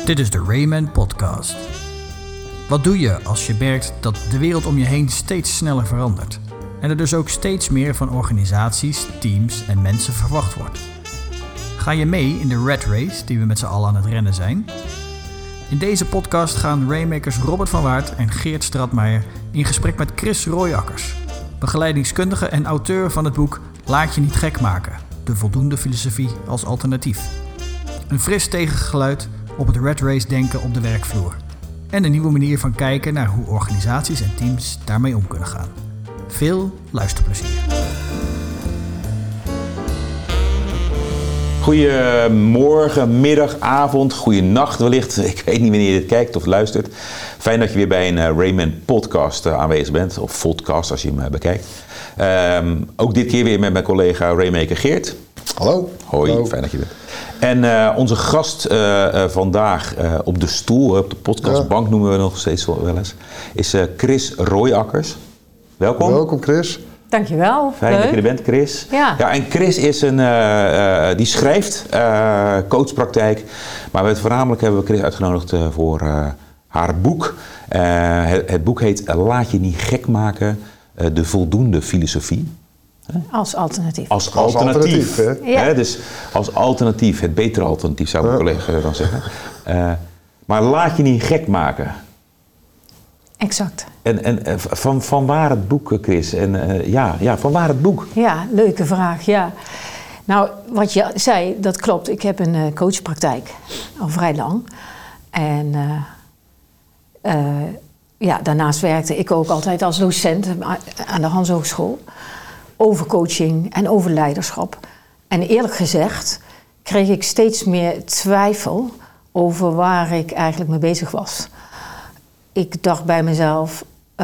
Dit is de Rayman Podcast. Wat doe je als je merkt dat de wereld om je heen steeds sneller verandert? En er dus ook steeds meer van organisaties, teams en mensen verwacht wordt? Ga je mee in de rat race die we met z'n allen aan het rennen zijn? In deze podcast gaan Raymakers Robert van Waart en Geert Stratmeijer in gesprek met Chris Royakkers, begeleidingskundige en auteur van het boek Laat je niet gek maken, de voldoende filosofie als alternatief. Een fris tegengeluid op het rat race denken op de werkvloer. En een nieuwe manier van kijken naar hoe organisaties en teams daarmee om kunnen gaan. Veel luisterplezier. Goedemorgen, middag, avond, goeienacht wellicht. Ik weet niet wanneer je dit kijkt of luistert. Fijn dat je weer bij een Rayman podcast aanwezig bent. Of podcast als je hem bekijkt. Ook dit keer weer met mijn collega Raymaker Geert. Hallo. Hoi, Hallo. fijn dat je bent. En onze gast vandaag op de stoel, op de podcastbank noemen we nog steeds wel eens, is Chris Royakkers. Welkom. Welkom Chris. Dankjewel. Fijn Leuk. dat je er bent, Chris. Ja. En Chris is die schrijft coachpraktijk. Maar voornamelijk hebben we Chris uitgenodigd voor haar boek. Het boek heet Laat je niet gek maken, de voldoende filosofie. Als alternatief. Als alternatief. Hè? Ja. Hè? Dus als alternatief, het betere alternatief zou mijn collega dan zeggen. Maar laat je niet gek maken. Exact. En van waar het boek, Chris? Van waar het boek? Ja, leuke vraag. Ja. Nou, wat je zei, dat klopt. Ik heb een coachpraktijk al vrij lang. En daarnaast werkte ik ook altijd als docent aan de Hans Hogeschool. Over coaching en over leiderschap. En eerlijk gezegd kreeg ik steeds meer twijfel over waar ik eigenlijk mee bezig was. Ik dacht bij mezelf,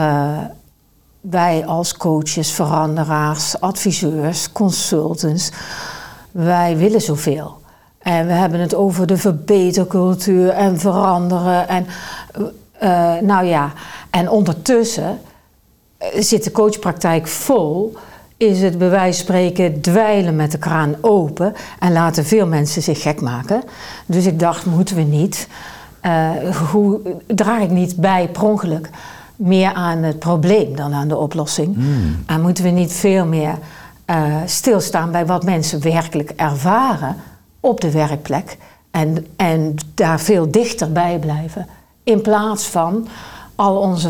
wij als coaches, veranderaars, adviseurs, consultants, wij willen zoveel. En we hebben het over de verbetercultuur en veranderen. En ondertussen zit de coachpraktijk vol. Is het bij wijze van spreken dweilen met de kraan open en laten veel mensen zich gek maken. Dus ik dacht, moeten we niet, hoe draag ik niet bij per ongeluk meer aan het probleem dan aan de oplossing? En moeten we niet veel meer stilstaan bij wat mensen werkelijk ervaren op de werkplek en daar veel dichter bij blijven in plaats van al onze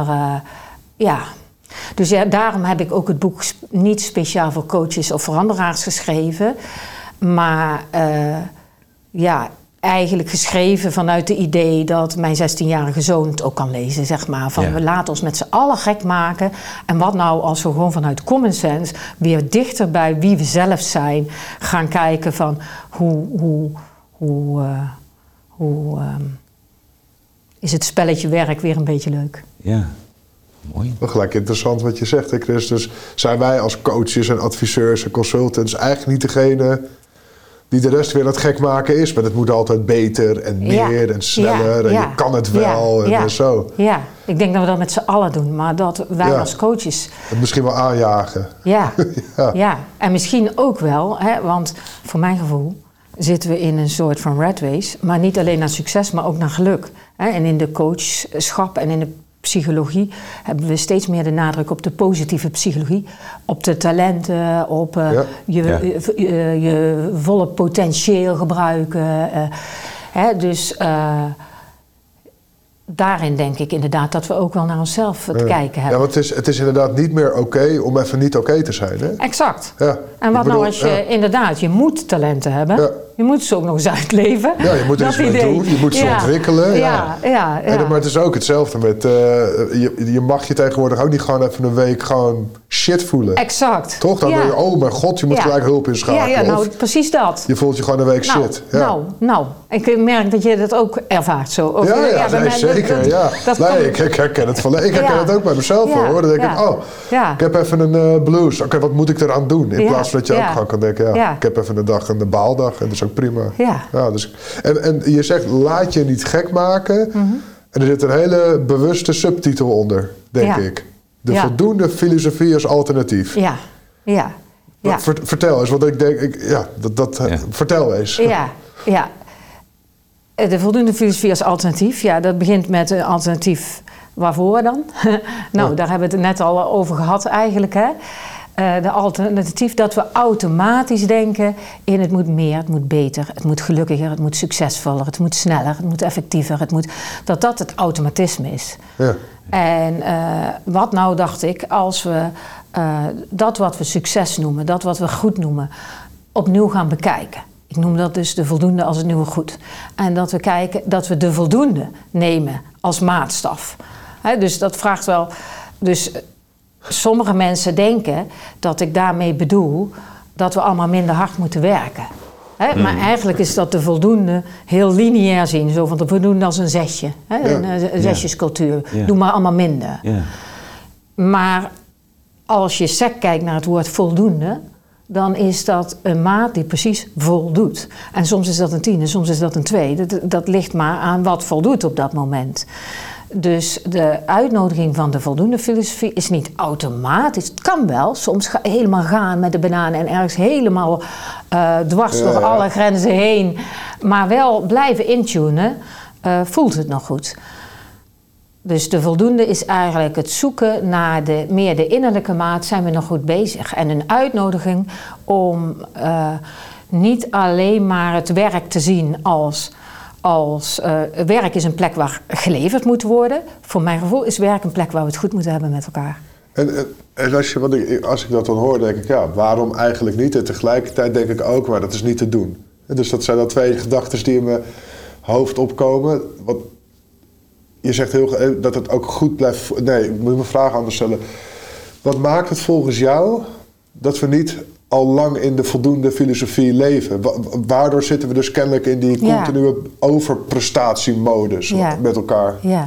Dus ja, daarom heb ik ook het boek niet speciaal voor coaches of veranderaars geschreven. Maar eigenlijk geschreven vanuit het idee dat mijn 16-jarige zoon het ook kan lezen, zeg maar. Van we laten ons met z'n allen gek maken. En wat nou als we gewoon vanuit common sense weer dichter bij wie we zelf zijn gaan kijken van hoe is het spelletje werk weer een beetje leuk. Ja. Mooi. Wel gelijk interessant wat je zegt, hè Chris. Dus zijn wij als coaches en adviseurs en consultants eigenlijk niet degene die de rest weer aan het gek maken is? Maar het moet altijd beter en meer en sneller en je kan het wel en zo. Ja, ik denk dat we dat met z'n allen doen, maar dat wij als coaches het misschien wel aanjagen. Ja. En misschien ook wel, hè, want voor mijn gevoel zitten we in een soort van rat race, maar niet alleen naar succes, maar ook naar geluk. Hè? En in de coachschap en in de psychologie hebben we steeds meer de nadruk op de positieve psychologie. Op de talenten, op je volle potentieel gebruiken. Dus daarin denk ik inderdaad dat we ook wel naar onszelf te kijken hebben. Ja, want het is inderdaad niet meer oké om even niet oké te zijn. Hè? Exact. Ja. En wat nou als je inderdaad, je moet talenten hebben. Ja. Je moet ze ook nog eens uitleven. Ja, je moet er iets mee doen. Je moet ze ontwikkelen. Maar het is ook hetzelfde met je mag je tegenwoordig ook niet gewoon even een week gewoon shit voelen. Exact. Toch? Dan ben je, oh mijn god, je moet gelijk hulp inschakelen. Ja, nou precies dat. Je voelt je gewoon een week shit. Nou, ik merk dat je dat ook ervaart zo. Of, Zeker. Ik herken het van. Ik herken het ook bij mezelf hoor. Dan denk ik, ik heb even een blues. Oké, wat moet ik eraan doen? In plaats van dat je ook gewoon kan denken, ik heb even een dag een baaldag en dat is ook prima. Dus, en je zegt, laat je niet gek maken. Mm-hmm. En er zit een hele bewuste subtitel onder, denk ik. De voldoende filosofie als alternatief. Vertel eens, want ik denk, vertel eens. De voldoende filosofie als alternatief, ja, dat begint met een alternatief waarvoor dan? Nou, daar hebben we het net al over gehad eigenlijk, hè. De alternatief dat we automatisch denken in het moet meer, het moet beter, het moet gelukkiger, het moet succesvoller, het moet sneller, het moet effectiever, dat het automatisme is. Ja. En wat nou, dacht ik, als we dat wat we succes noemen, dat wat we goed noemen, opnieuw gaan bekijken. Ik noem dat dus de voldoende als het nieuwe goed. En dat we kijken, dat we de voldoende nemen als maatstaf. Dus dat vraagt wel... Dus sommige mensen denken dat ik daarmee bedoel dat we allemaal minder hard moeten werken. Maar eigenlijk is dat de voldoende heel lineair zien. Zo van de voldoende als een zesje. Een zesjescultuur. Ja. Doe maar allemaal minder. Ja. Maar als je sec kijkt naar het woord voldoende, dan is dat een maat die precies voldoet. En soms is dat een 10 en soms is dat een 2. Dat ligt maar aan wat voldoet op dat moment. Dus de uitnodiging van de voldoende filosofie is niet automatisch. Het kan wel, soms helemaal gaan met de banaan en ergens helemaal dwars door alle grenzen heen. Maar wel blijven intunen, voelt het nog goed. Dus de voldoende is eigenlijk het zoeken naar meer de innerlijke maat, zijn we nog goed bezig. En een uitnodiging om niet alleen maar het werk te zien als werk is een plek waar geleverd moet worden. Voor mijn gevoel is werk een plek waar we het goed moeten hebben met elkaar. En als ik dat dan hoor, denk ik, ja, waarom eigenlijk niet? En tegelijkertijd denk ik ook, maar dat is niet te doen. Dus dat zijn dan twee gedachten die in mijn hoofd opkomen. Want je zegt dat het ook goed blijft... Nee, ik moet mijn vraag anders stellen. Wat maakt het volgens jou dat we niet al lang in de voldoende filosofie leven? Waardoor zitten we dus kennelijk in die continue overprestatiemodus met elkaar? Ja.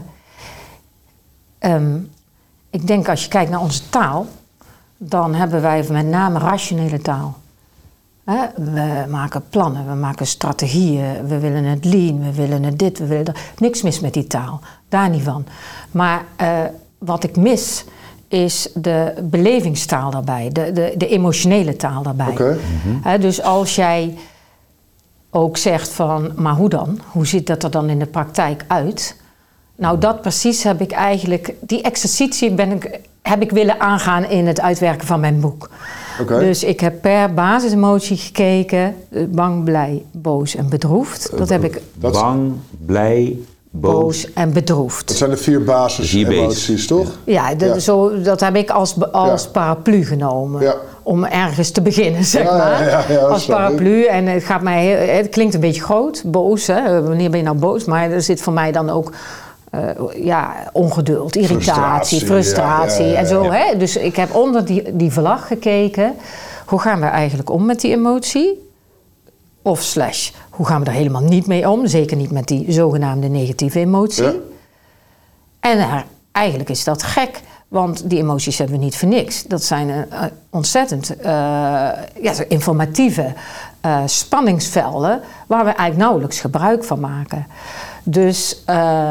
Ik denk als je kijkt naar onze taal, dan hebben wij met name rationele taal. We maken plannen, we maken strategieën, we willen het lean, we willen het dit, we willen dat. Niks mis met die taal, daar niet van. Maar wat ik mis is de belevingstaal daarbij, de emotionele taal daarbij. Okay. Mm-hmm. Dus als jij ook zegt van, maar hoe dan? Hoe ziet dat er dan in de praktijk uit? Nou, dat precies heb ik eigenlijk, die exercitie heb ik willen aangaan in het uitwerken van mijn boek. Okay. Dus ik heb per basisemotie gekeken, bang, blij, boos en bedroefd. Dat heb ik. Bang, blij, boos en bedroefd. Dat zijn de 4 basisemoties, toch? Ja, dat heb ik als paraplu genomen. Ja. Om ergens te beginnen, zeg maar. Ja, als paraplu. En het klinkt een beetje groot, boos. Hè? Wanneer ben je nou boos? Maar er zit voor mij dan ook ongeduld, irritatie, frustratie en zo. Ja. Hè? Dus ik heb onder die vlag gekeken. Hoe gaan we eigenlijk om met die emotie? Of hoe gaan we er helemaal niet mee om? Zeker niet met die zogenaamde negatieve emotie. Ja. En eigenlijk is dat gek. Want die emoties hebben we niet voor niks. Dat zijn ontzettend informatieve spanningsvelden waar we eigenlijk nauwelijks gebruik van maken. Dus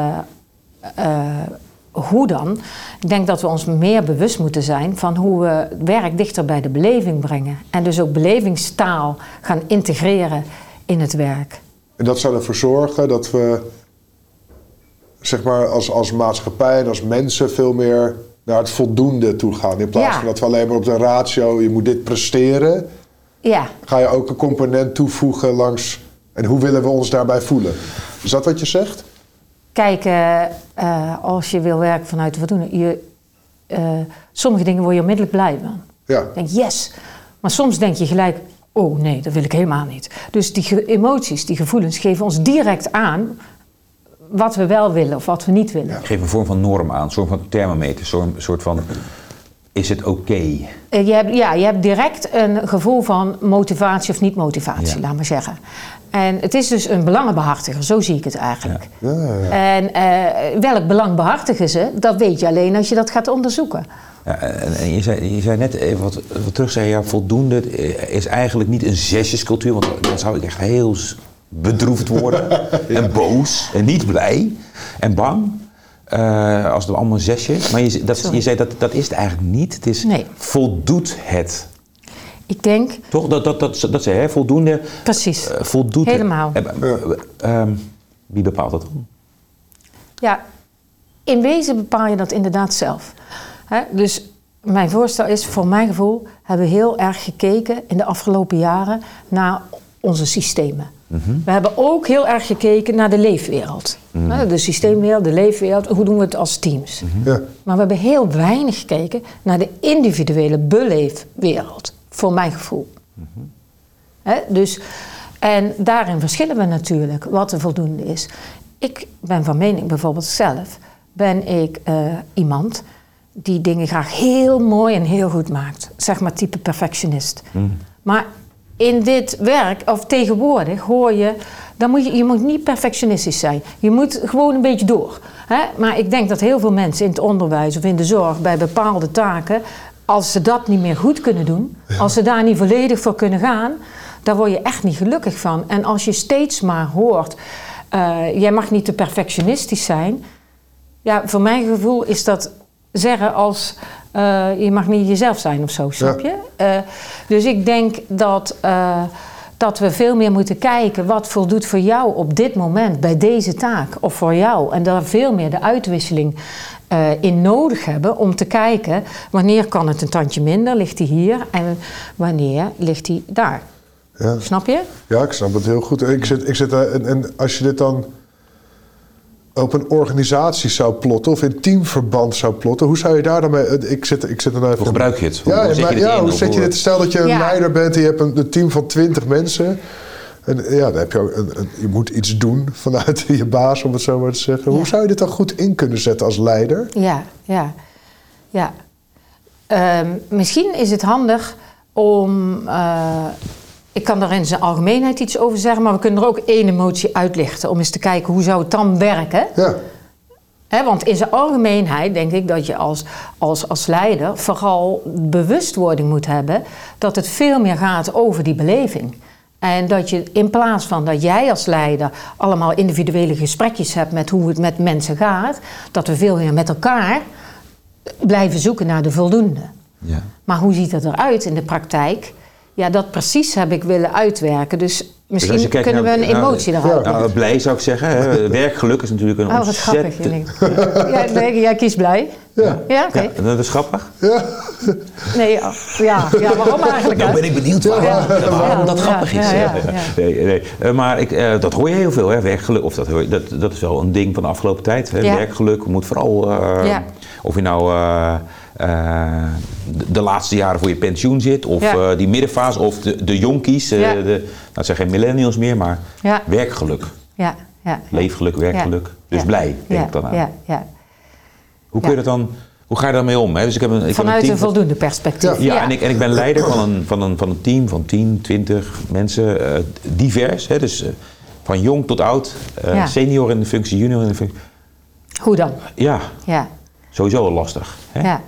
hoe dan? Ik denk dat we ons meer bewust moeten zijn van hoe we werk dichter bij de beleving brengen. En dus ook belevingstaal gaan integreren in het werk. En dat zou ervoor zorgen dat we, zeg maar, als maatschappij en als mensen veel meer naar het voldoende toe gaan. In plaats van dat we alleen maar op de ratio, je moet dit presteren. Ja. Ga je ook een component toevoegen langs, en hoe willen we ons daarbij voelen? Is dat wat je zegt? Kijk, als je wil werken vanuit de voldoende, sommige dingen word je onmiddellijk blij van. Ja. Denk yes. Maar soms denk je gelijk, oh nee, dat wil ik helemaal niet. Dus die emoties, die gevoelens geven ons direct aan wat we wel willen of wat we niet willen. Ja. Geef een vorm van norm aan, een soort van thermometer, een soort van, is het oké? Je hebt direct een gevoel van motivatie of niet motivatie, laat maar zeggen. En het is dus een belangenbehartiger, zo zie ik het eigenlijk. Ja. En welk belang behartigen ze, dat weet je alleen als je dat gaat onderzoeken. Ja, en je zei net even wat terug, zei ja, voldoende is eigenlijk niet een zesjescultuur, want dan zou ik echt heel bedroefd worden en boos en niet blij en bang. Als het allemaal een zesje. Maar je zei dat is het eigenlijk niet. Het is voldoet het. Ik denk... Toch? Dat zei hè? Voldoende... Precies. Voldoet helemaal. Wie bepaalt dat dan? Ja, in wezen bepaal je dat inderdaad zelf. Dus mijn voorstel is, voor mijn gevoel, hebben we heel erg gekeken in de afgelopen jaren naar onze systemen. Mm-hmm. We hebben ook heel erg gekeken naar de leefwereld. Mm-hmm. De systeemwereld, de leefwereld, hoe doen we het als teams? Mm-hmm. Ja. Maar we hebben heel weinig gekeken naar de individuele beleefwereld, voor mijn gevoel. Mm-hmm. Dus, en daarin verschillen we natuurlijk, wat er voldoende is. Ik ben van mening, bijvoorbeeld zelf, ben ik iemand die dingen graag heel mooi en heel goed maakt. Zeg maar type perfectionist. Mm. Maar in dit werk, of tegenwoordig, hoor je... Je moet niet perfectionistisch zijn. Je moet gewoon een beetje door. Maar ik denk dat heel veel mensen in het onderwijs of in de zorg... bij bepaalde taken, als ze dat niet meer goed kunnen doen... als ze daar niet volledig voor kunnen gaan... daar word je echt niet gelukkig van. En als je steeds maar hoort... jij mag niet te perfectionistisch zijn... Ja, voor mijn gevoel is dat zeggen als... je mag niet jezelf zijn of zo, snap je? Dus ik denk dat we veel meer moeten kijken... wat voldoet voor jou op dit moment, bij deze taak of voor jou. En daar veel meer de uitwisseling in nodig hebben... om te kijken, wanneer kan het een tandje minder, ligt die hier... en wanneer ligt die daar. Ja. Snap je? Ja, ik snap het heel goed. Ik zit en als je dit dan... op een organisatie zou plotten of in teamverband zou plotten, hoe zou je daar dan mee... Ik zit er nou even... Hoe gebruik je het? Hoe zet je dit? Stel dat je een leider bent en je hebt een team van 20 mensen. En dan heb je je moet iets doen vanuit je baas, om het zo maar te zeggen. Ja. Hoe zou je dit dan goed in kunnen zetten als leider? Ja. Misschien is het handig om... ik kan daar in zijn algemeenheid iets over zeggen... maar we kunnen er ook één emotie uitlichten... om eens te kijken hoe zou het dan werken. Ja. Want in zijn algemeenheid denk ik dat je als leider... vooral bewustwording moet hebben... dat het veel meer gaat over die beleving. En dat je in plaats van dat jij als leider... allemaal individuele gesprekjes hebt met hoe het met mensen gaat... dat we veel meer met elkaar blijven zoeken naar de voldoende. Ja. Maar hoe ziet dat eruit in de praktijk... Ja, dat precies heb ik willen uitwerken. Dus misschien kunnen we een emotie eruit. Nou, blij zou ik zeggen. Hè. Werkgeluk is natuurlijk een ontzettend... Wat grappig. Jij kiest blij. Ja, okay. Ja, dat is grappig. Ja. Nee, waarom eigenlijk? Nou ben ik benieuwd waarom dat grappig is. Nee. Maar dat hoor je heel veel, hè, werkgeluk. Of dat is wel een ding van de afgelopen tijd. Hè. Ja. Werkgeluk moet vooral... Of je nou... de laatste jaren voor je pensioen zit, of die middenfase, of de jonkies, het zijn geen millennials meer, maar werkgeluk. Ja. Leefgeluk, werkgeluk. Dus blij, denk ik dan aan. Hoe kun je dat dan, hoe ga je daarmee om? Hè? Dus vanuit een voldoende perspectief. En ik ben leider van een team van 10, 20 mensen, divers, hè? Dus van jong tot oud, senior in de functie, junior in de functie. Hoe dan? Ja. Sowieso al lastig. Hè? Ja.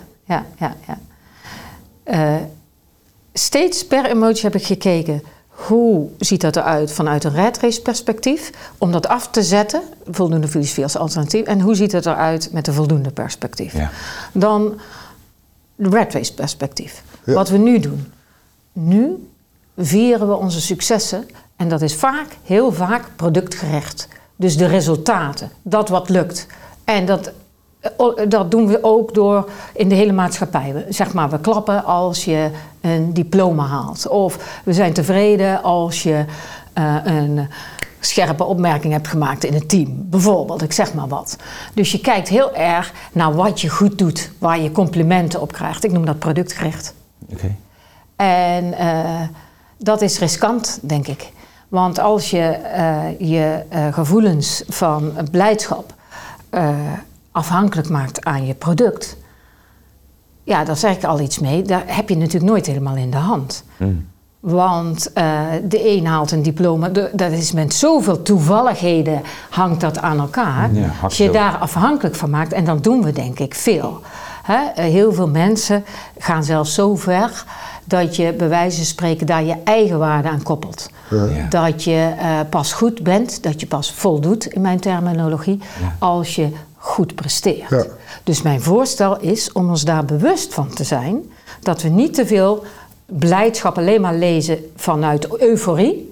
Steeds per emotie heb ik gekeken... hoe ziet dat eruit vanuit een rat race perspectief... om dat af te zetten, voldoende filosofie als alternatief... en hoe ziet het eruit met een voldoende perspectief. Ja. Dan de rat race perspectief. Ja. Wat we nu doen. Nu vieren we onze successen... en dat is heel vaak productgericht. Dus de resultaten, dat wat lukt. En dat doen we ook door in de hele maatschappij. Zeg maar, we klappen als je een diploma haalt. Of we zijn tevreden als je een scherpe opmerking hebt gemaakt in het team. Bijvoorbeeld, ik zeg maar wat. Dus je kijkt heel erg naar wat je goed doet. Waar je complimenten op krijgt. Ik noem dat productgericht. Okay. En dat is riskant, denk ik. Want als je je gevoelens van blijdschap... afhankelijk maakt aan je product... ja, daar zeg ik al iets mee. Daar heb je natuurlijk nooit helemaal in de hand. Want de een haalt een diploma... dat is met zoveel toevalligheden hangt dat aan elkaar. Ja, als je daar afhankelijk van maakt... en dan doen we denk ik veel. Heel veel mensen gaan zelfs zo ver... dat je bij wijze van spreken daar je eigen waarde aan koppelt. Ja. Dat je pas goed bent, dat je pas voldoet... in mijn terminologie, als je... goed presteert. Ja. Dus mijn voorstel is om ons daar bewust van te zijn... dat we niet te veel blijdschap alleen maar lezen vanuit euforie...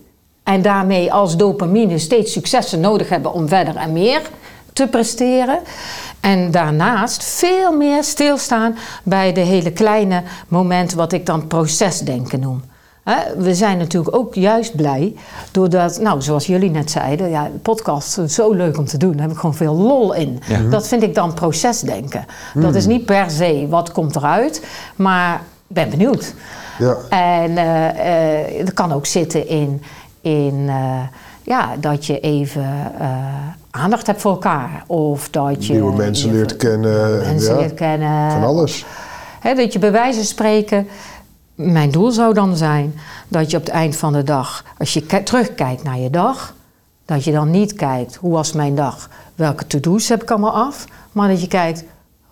En daarmee als dopamine steeds successen nodig hebben om verder en meer te presteren. En daarnaast veel meer stilstaan bij de hele kleine momenten wat ik dan procesdenken noem. We zijn natuurlijk ook juist blij doordat, nou zoals jullie net zeiden, ja, de podcast is zo leuk om te doen. Daar heb ik gewoon veel lol in. Ja. Dat vind ik dan procesdenken. Dat is niet per se wat komt eruit, maar ik ben benieuwd. Ja. En dat kan ook zitten in dat je even aandacht hebt voor elkaar. Of dat je nieuwe mensen leert kennen. Van alles. Dat je bij wijze van spreken, mijn doel zou dan zijn dat je op het eind van de dag, als je terugkijkt naar je dag, dat je dan niet kijkt, hoe was mijn dag? Welke to-do's heb ik allemaal af? Maar dat je kijkt,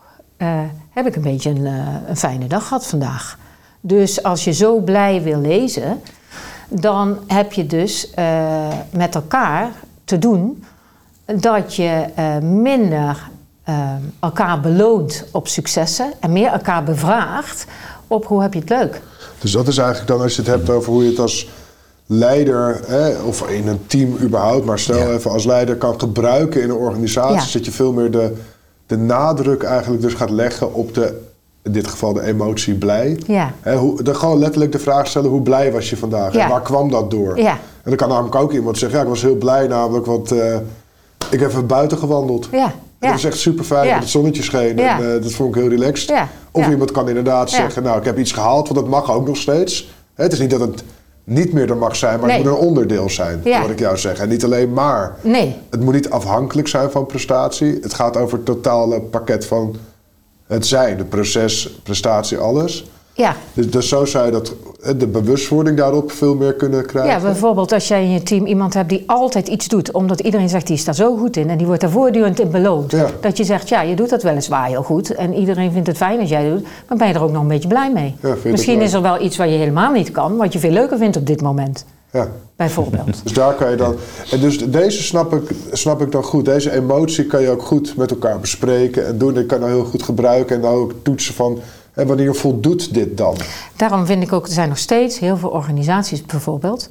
heb ik een beetje een fijne dag gehad vandaag? Dus als je zo blij wil lezen, dan heb je dus met elkaar te doen dat je minder elkaar beloont op successen en meer elkaar bevraagt op hoe heb je het leuk. Dus dat is eigenlijk dan als je het hebt over hoe je het als leider, of in een team überhaupt, maar stel even als leider kan gebruiken in een organisatie, dat je veel meer de nadruk eigenlijk dus gaat leggen op in dit geval de emotie blij. Ja. Dan gewoon letterlijk de vraag stellen, hoe blij was je vandaag? En waar kwam dat door? Ja. En dan kan namelijk ook iemand zeggen, ik was heel blij namelijk, want ik heb even buiten gewandeld. Ja. Dat was echt super fijn, dat het zonnetje scheen en dat vond ik heel relaxed. Ja. Of iemand kan inderdaad zeggen, nou ik heb iets gehaald, want dat mag ook nog steeds. Het is niet dat het niet meer er mag zijn, maar het moet een onderdeel zijn, wat ik jou zeg. En niet alleen maar. Nee. Het moet niet afhankelijk zijn van prestatie. Het gaat over het totale pakket van het zijn, het proces, prestatie, alles. Ja. Dus zo zou je de bewustwording daarop veel meer kunnen krijgen. Ja, bijvoorbeeld als jij in je team iemand hebt die altijd iets doet, omdat iedereen zegt, die is daar zo goed in en die wordt daar voortdurend in beloond. Ja. Dat je zegt, ja, je doet dat weliswaar heel goed en iedereen vindt het fijn als jij doet, maar ben je er ook nog een beetje blij mee. Ja, misschien is er wel iets wat je helemaal niet kan, wat je veel leuker vindt op dit moment. Ja. Bijvoorbeeld. Dus daar kan je dan. En dus deze snap ik dan goed. Deze emotie kan je ook goed met elkaar bespreken en doen. Ik kan dan heel goed gebruiken en dan ook toetsen van. En wanneer voldoet dit dan? Daarom vind ik ook, er zijn nog steeds heel veel organisaties bijvoorbeeld,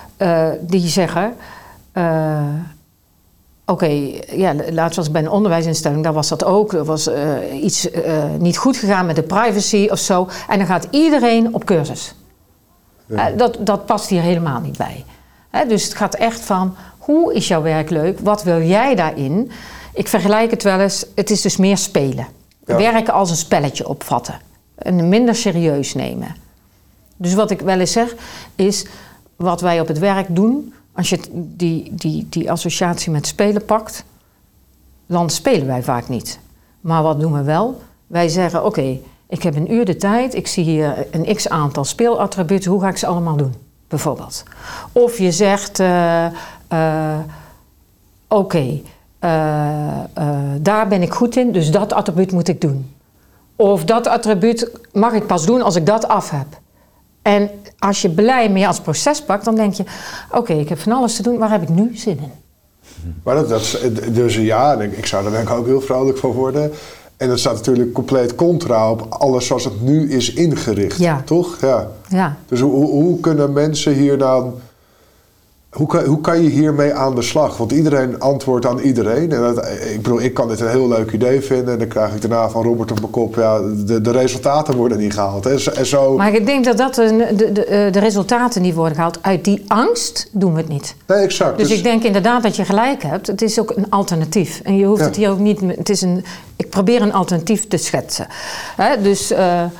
die zeggen, laatst was ik bij een onderwijsinstelling, daar was dat ook. Er was iets niet goed gegaan met de privacy of zo. En dan gaat iedereen op cursus. Ja. Dat past hier helemaal niet bij. Dus het gaat echt van, hoe is jouw werk leuk? Wat wil jij daarin? Ik vergelijk het wel eens, het is dus meer spelen. Ja. Werken als een spelletje opvatten. En minder serieus nemen. Dus wat ik wel eens zeg, is wat wij op het werk doen, als je die associatie met spelen pakt, dan spelen wij vaak niet. Maar wat doen we wel? Wij zeggen, oké, ik heb een uur de tijd, ik zie hier een x-aantal speelattributen, hoe ga ik ze allemaal doen? Bijvoorbeeld. Of je zegt, daar ben ik goed in, dus dat attribuut moet ik doen. Of dat attribuut mag ik pas doen als ik dat af heb. En als je blij meer als proces pakt, dan denk je, oké, ik heb van alles te doen, waar heb ik nu zin in? Maar dus ja, ik zou er denk ik ook heel vrolijk van worden. En dat staat natuurlijk compleet contra op alles zoals het nu is ingericht, toch? Ja. Dus hoe kunnen mensen hier nou... Hoe kan je hiermee aan de slag? Want iedereen antwoordt aan iedereen. En ik kan dit een heel leuk idee vinden. En dan krijg ik daarna van Robert op mijn kop... ja, de resultaten worden niet gehaald. En zo... Maar ik denk dat de resultaten niet worden gehaald. Uit die angst doen we het niet. Nee, exact. Dus ik denk inderdaad dat je gelijk hebt. Het is ook een alternatief. En je hoeft het hier ook niet... ik probeer een alternatief te schetsen. Dus...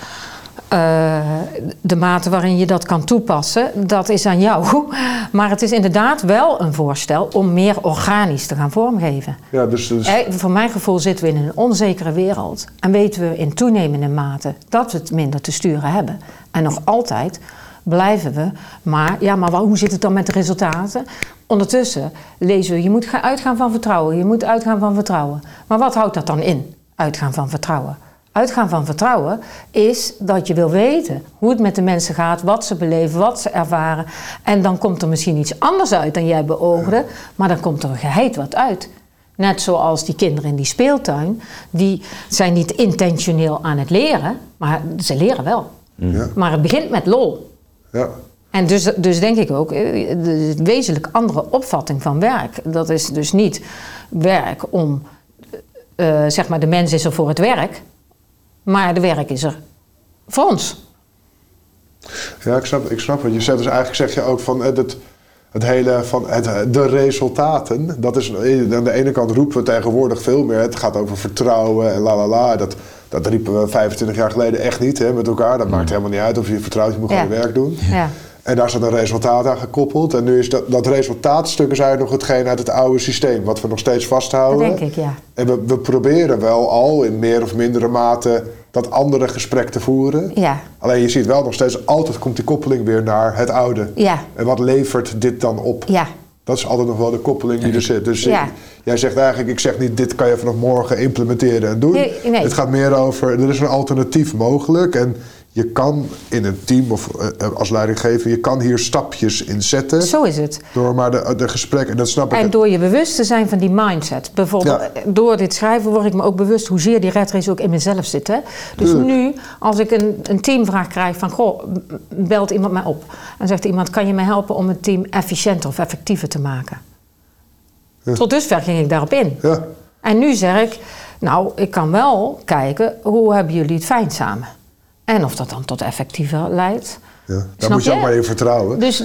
de mate waarin je dat kan toepassen, dat is aan jou. Maar het is inderdaad wel een voorstel om meer organisch te gaan vormgeven. Ja, dus... Voor mijn gevoel zitten we in een onzekere wereld. En weten we in toenemende mate dat we het minder te sturen hebben. En nog altijd blijven we. Maar hoe zit het dan met de resultaten? Ondertussen lezen we, je moet uitgaan van vertrouwen. Je moet uitgaan van vertrouwen. Maar wat houdt dat dan in? Uitgaan van vertrouwen. Uitgaan van vertrouwen is dat je wil weten hoe het met de mensen gaat, wat ze beleven, wat ze ervaren. En dan komt er misschien iets anders uit dan jij beoogde, maar dan komt er geheid wat uit. Net zoals die kinderen in die speeltuin, die zijn niet intentioneel aan het leren, maar ze leren wel. Ja. Maar het begint met lol. Ja. En dus denk ik ook, de wezenlijk andere opvatting van werk. Dat is dus niet werk om, zeg maar, de mens is er voor het werk, maar de werk is er voor ons. Ja, ik snap wat je zegt. Dus eigenlijk zeg je ook van het hele van de resultaten. Dat is aan de ene kant roepen we tegenwoordig veel meer. Het gaat over vertrouwen en la. Dat riepen we 25 jaar geleden echt niet, hè, met elkaar. Dat maakt helemaal niet uit of je vertrouwt, je moet gewoon je werk doen. Ja. En daar staat een resultaat aan gekoppeld. En nu is dat resultaatstuk is eigenlijk nog hetgeen uit het oude systeem, wat we nog steeds vasthouden. Dat denk ik, ja. En we proberen wel al in meer of mindere mate dat andere gesprek te voeren. Ja. Alleen je ziet wel nog steeds, altijd komt die koppeling weer naar het oude. Ja. En wat levert dit dan op? Ja. Dat is altijd nog wel de koppeling die er zit. Dus jij zegt eigenlijk, ik zeg niet, dit kan je vanaf morgen implementeren en doen. Nee. Het gaat meer over, er is een alternatief mogelijk. En je kan in een team of als leidinggever, je kan hier stapjes in zetten. Zo is het. Door maar de gesprekken, en dat snap ik. En door je bewust te zijn van die mindset. Bijvoorbeeld, door dit schrijven word ik me ook bewust hoezeer die red race ook in mezelf zit. Hè? Dus nu, als ik een teamvraag krijg van, goh, belt iemand mij op. En zegt iemand, kan je me helpen om het team efficiënter of effectiever te maken? Ja. Tot dusver ging ik daarop in. Ja. En nu zeg ik, nou, ik kan wel kijken, hoe hebben jullie het fijn samen? En of dat dan tot effectiever leidt. Ja, daar moet je ook maar in vertrouwen. Dus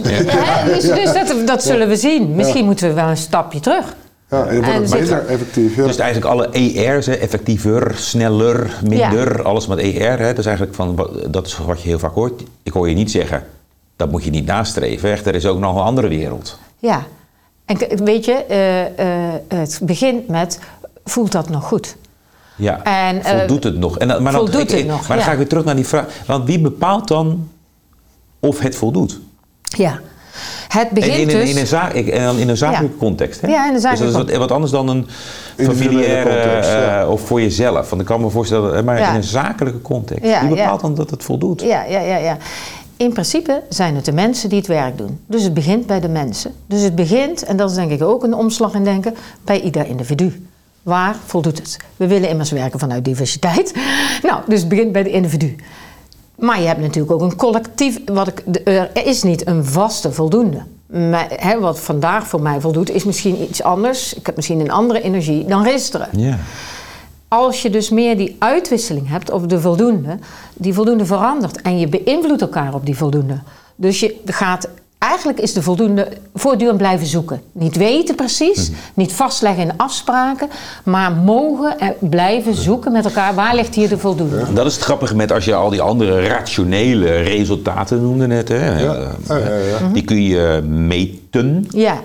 dat zullen we zien. Misschien moeten we wel een stapje terug. Ja, en dan wordt het minder effectief. Ja. Dus eigenlijk alle ER's, effectiever, sneller, minder, alles met ER. Hè, dat is eigenlijk dat is wat je heel vaak hoort. Ik hoor je niet zeggen, dat moet je niet nastreven. Echt, er is ook nog een andere wereld. Ja, en weet je, het begint met, voelt dat nog goed? Ja, en, voldoet het nog? Maar dan ga ik weer terug naar die vraag. Want wie bepaalt dan of het voldoet? Ja, het begint in een zakelijke context. Hè? Ja, in een zakelijke dus dat is wat anders dan een familiaire of voor jezelf. Want ik kan me voorstellen, maar in een zakelijke context. Wie bepaalt dan dat het voldoet? Ja. In principe zijn het de mensen die het werk doen. Dus het begint bij de mensen. Dus het begint, en dat is denk ik ook een omslag in denken, bij ieder individu. Waar voldoet het? We willen immers werken vanuit diversiteit. Nou, dus het begint bij de individu. Maar je hebt natuurlijk ook een collectief. Er is niet een vaste voldoende. Maar, wat vandaag voor mij voldoet, is misschien iets anders. Ik heb misschien een andere energie dan gisteren. Yeah. Als je dus meer die uitwisseling hebt op de voldoende, die voldoende verandert en je beïnvloedt elkaar op die voldoende. Dus je gaat. Eigenlijk is de voldoende voortdurend blijven zoeken. Niet weten precies, niet vastleggen in afspraken, maar mogen en blijven zoeken met elkaar. Waar ligt hier de voldoende? Ja. Dat is het grappige met als je al die andere rationele resultaten noemde net. Hè? Die kun je meten. Ja.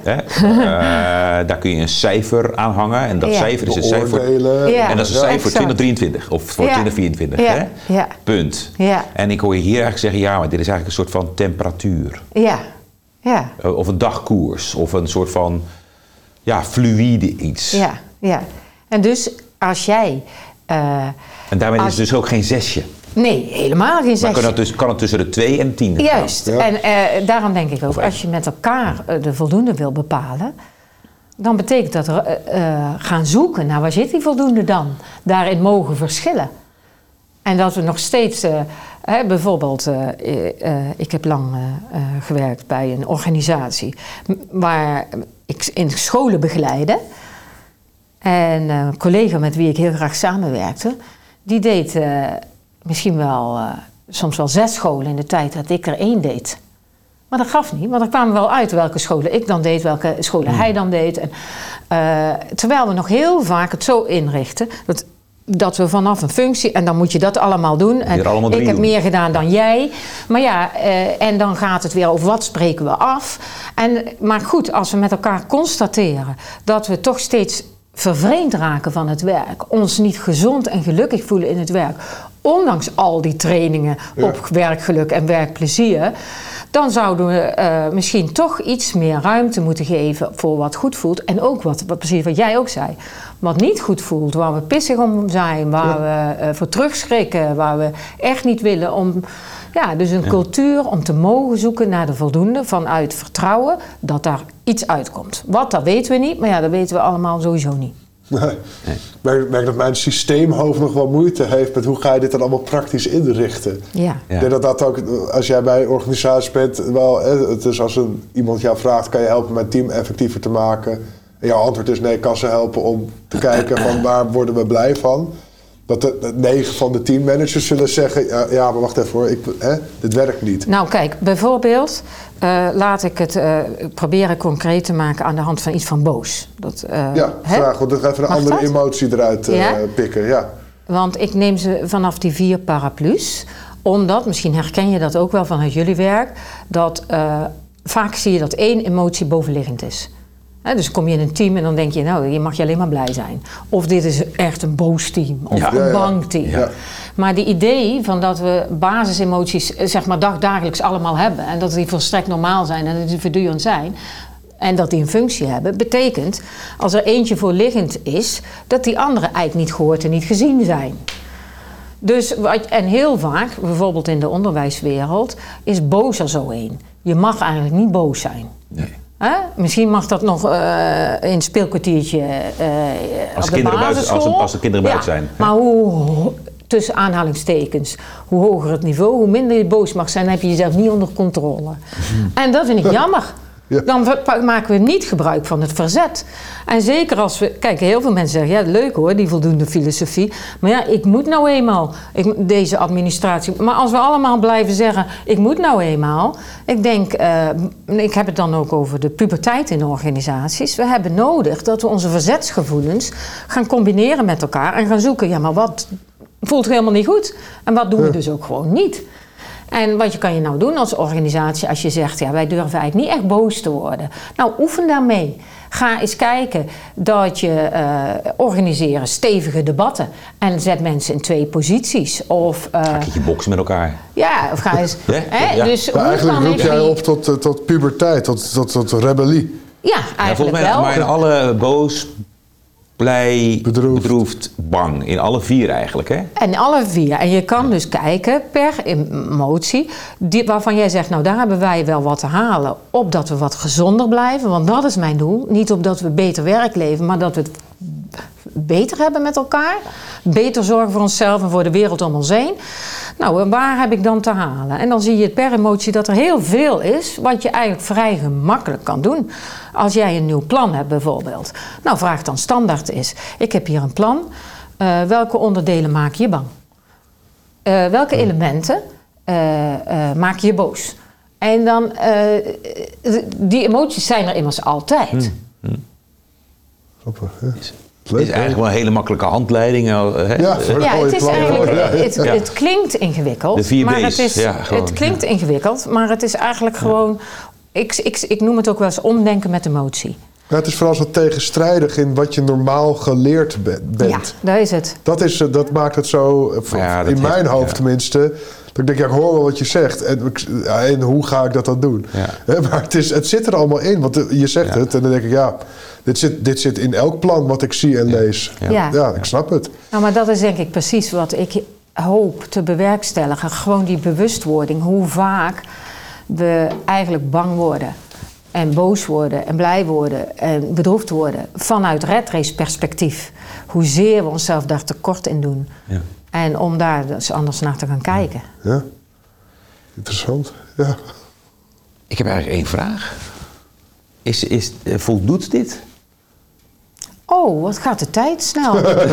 Daar kun je een cijfer aan hangen. En dat cijfer is een cijfer. En dat is een cijfer voor 2023 of voor 2024. Ja. Hè? Ja. Punt. Ja. En ik hoor je hier eigenlijk zeggen, ja, maar dit is eigenlijk een soort van temperatuur. Ja. Ja. Of een dagkoers, of een soort van fluïde iets. Ja. En dus als jij... en daarmee is het dus ook geen zesje. Nee, helemaal geen zesje. Maar kan het tussen de 2 en 10 Juist. Ja. En daarom denk ik ook, als je met elkaar de voldoende wil bepalen, dan betekent dat gaan zoeken naar waar zit die voldoende dan. Daarin mogen verschillen. En dat we nog steeds... bijvoorbeeld, ik heb lang gewerkt bij een organisatie waar ik in scholen begeleide. En een collega met wie ik heel graag samenwerkte, die deed misschien wel soms wel 6 scholen in de tijd dat ik er 1 deed. Maar dat gaf niet, want er kwamen wel uit welke scholen ik dan deed, welke scholen hij dan deed. En, terwijl we nog heel vaak het zo inrichten dat we vanaf een functie, en dan moet je dat allemaal doen. En ik heb meer gedaan dan jij. Maar en dan gaat het weer over wat spreken we af. Maar goed, als we met elkaar constateren dat we toch steeds vervreemd raken van het werk, ons niet gezond en gelukkig voelen in het werk, ondanks al die trainingen op werkgeluk en werkplezier, dan zouden we misschien toch iets meer ruimte moeten geven voor wat goed voelt. En ook precies wat jij ook zei, wat niet goed voelt, waar we pissig om zijn, waar we voor terugschrikken, waar we echt niet willen om... dus een cultuur om te mogen zoeken naar de voldoende vanuit vertrouwen dat daar iets uitkomt. Wat, dat weten we niet, maar dat weten we allemaal sowieso niet. Nee. Ik merk dat mijn systeemhoofd nog wel moeite heeft met hoe ga je dit dan allemaal praktisch inrichten. Ja. Ik denk dat ook, als jij bij organisaties bent, wel, het is als iemand jou vraagt, kan je helpen mijn team effectiever te maken? En jouw antwoord is nee, ik kan ze helpen om te kijken van waar worden we blij van. Dat de 9 van de teammanagers zullen zeggen, ja maar wacht even hoor, dit werkt niet. Nou kijk, bijvoorbeeld, laat ik het proberen concreet te maken aan de hand van iets van boos. Graag, want even een andere emotie eruit pikken. Ja. Want ik neem ze vanaf die 4 paraplu's, omdat, misschien herken je dat ook wel vanuit jullie werk, dat vaak zie je dat 1 emotie bovenliggend is. Dus kom je in een team en dan denk je, nou, je mag je alleen maar blij zijn. Of dit is echt een boos team, of een bang team. Ja. Maar die idee van dat we basisemoties, zeg maar, dagelijks allemaal hebben, en dat die volstrekt normaal zijn en dat die voortdurend zijn, en dat die een functie hebben, betekent, als er eentje voorliggend is, dat die anderen eigenlijk niet gehoord en niet gezien zijn. Dus, en heel vaak, bijvoorbeeld in de onderwijswereld, is boos er zo één. Je mag eigenlijk niet boos zijn. Nee. Misschien mag dat nog in een speelkwartiertje op de basisschool. Als de kinderen buiten zijn. Maar hoe, tussen aanhalingstekens, hoe hoger het niveau, hoe minder je boos mag zijn, dan heb je jezelf niet onder controle. En dat vind ik jammer. Ja. Dan maken we niet gebruik van het verzet. En zeker als we... Kijk, heel veel mensen zeggen, ja, leuk hoor, die voldoende filosofie. Maar ja, ik moet nou eenmaal, deze administratie... Maar als we allemaal blijven zeggen, ik moet nou eenmaal... Ik denk, ik heb het dan ook over de puberteit in de organisaties. We hebben nodig dat we onze verzetsgevoelens gaan combineren met elkaar... en gaan zoeken, ja, maar wat voelt helemaal niet goed? En wat doen we dus ook gewoon niet? En wat kan je nou doen als organisatie als je zegt, ja, wij durven eigenlijk niet echt boos te worden. Nou, oefen daarmee. Ga eens kijken dat je organiseren stevige debatten. En zet mensen in 2 posities. Of ga je boksen met elkaar. Ja, of ga eens... Ja. Dus maar eigenlijk roep jij op tot puberteit, tot rebellie. Ja, eigenlijk wel. Maar in alle boos... blij, bedroefd, bang. In alle 4 eigenlijk, hè? En alle 4. En je kan dus kijken per emotie... waarvan jij zegt, nou daar hebben wij wel wat te halen... opdat we wat gezonder blijven. Want dat is mijn doel. Niet opdat we beter werk leven... maar dat we het beter hebben met elkaar. Beter zorgen voor onszelf en voor de wereld om ons heen. Nou, waar heb ik dan te halen? En dan zie je per emotie dat er heel veel is... wat je eigenlijk vrij gemakkelijk kan doen. Als jij een nieuw plan hebt bijvoorbeeld. Nou, vraag dan standaard is. Ik heb hier een plan. Welke onderdelen maak je bang? Welke elementen maak je boos? En dan... die emoties zijn er immers altijd. Het is eigenlijk wel een hele makkelijke handleiding. Hè? Ja, het is eigenlijk... Het klinkt ingewikkeld. De 4 B's. Het klinkt ingewikkeld, maar het is eigenlijk gewoon... Ik noem het ook wel eens omdenken met emotie. Ja, het is vooral zo tegenstrijdig in wat je normaal geleerd bent. Ja, daar is het. Dat maakt het zo, in mijn hoofd tenminste... Dat ik denk, ik hoor wel wat je zegt. En hoe ga ik dat dan doen? Ja. Maar het zit er allemaal in. Want je zegt het. En dan denk ik, dit zit in elk plan wat ik zie en lees. Ja, ik snap het. Nou, maar dat is denk ik precies wat ik hoop te bewerkstelligen. Gewoon die bewustwording. Hoe vaak we eigenlijk bang worden. En boos worden. En blij worden. En bedroefd worden. Vanuit red race perspectief. Hoezeer we onszelf daar tekort in doen. Ja. En om daar dus anders naar te gaan kijken. Ja, interessant. Ja. Ik heb eigenlijk 1 vraag. Voldoet dit? Oh, wat gaat de tijd snel.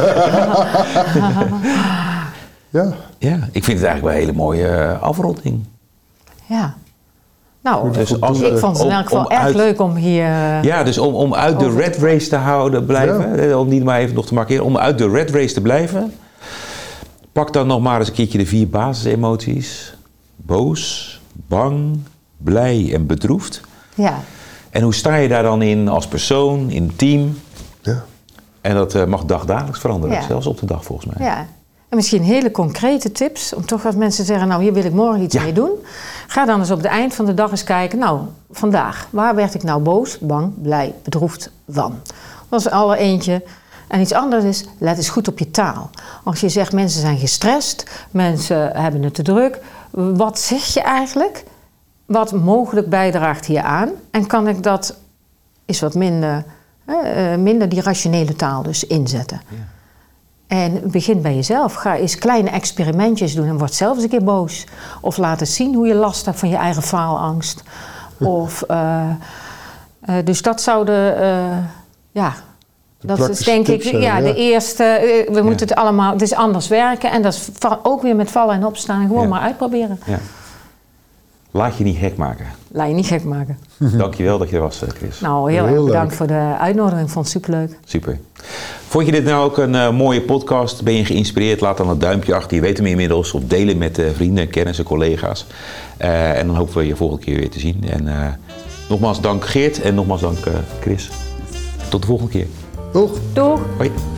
Ja, ik vind het eigenlijk wel een hele mooie afronding. Ja. Nou, dus ik vond het in elk geval erg leuk om hier... Ja, dus om uit de red race te blijven. Om die maar even nog te markeren. Om uit de red race te blijven... Pak dan nog maar eens een keertje de 4 basisemoties. Boos, bang, blij en bedroefd. Ja. En hoe sta je daar dan in als persoon, in het team? Ja. En dat mag dagelijks veranderen, zelfs op de dag volgens mij. Ja. En misschien hele concrete tips, om toch wat mensen zeggen... nou, hier wil ik morgen iets mee doen. Ga dan eens op het eind van de dag eens kijken... nou, vandaag, waar werd ik nou boos, bang, blij, bedroefd van? Dat is alle eentje... En iets anders is, let eens goed op je taal. Als je zegt, mensen zijn gestrest, mensen hebben het te druk. Wat zeg je eigenlijk? Wat mogelijk bijdraagt hieraan? En kan ik dat eens wat minder Minder die rationele taal dus inzetten. Ja. En begin bij jezelf. Ga eens kleine experimentjes doen en word zelf eens een keer boos. Of laat eens zien hoe je last hebt van je eigen faalangst. Of, dus dat zouden... dat is denk ik de eerste. We moeten het allemaal... Het is anders werken. En dat is ook weer met vallen en opstaan. Gewoon maar uitproberen. Ja. Laat je niet gek maken. Laat je niet gek maken. Dankjewel dat je er was, Chris. Nou, heel erg bedankt voor de uitnodiging. Ik vond het superleuk. Super. Vond je dit nou ook een mooie podcast? Ben je geïnspireerd? Laat dan een duimpje achter. Je weet hem inmiddels. Of deel het met vrienden, kennissen, collega's. En dan hopen we je volgende keer weer te zien. En nogmaals dank Geert en nogmaals dank Chris. Tot de volgende keer. Doeg. Doeg. Hoi.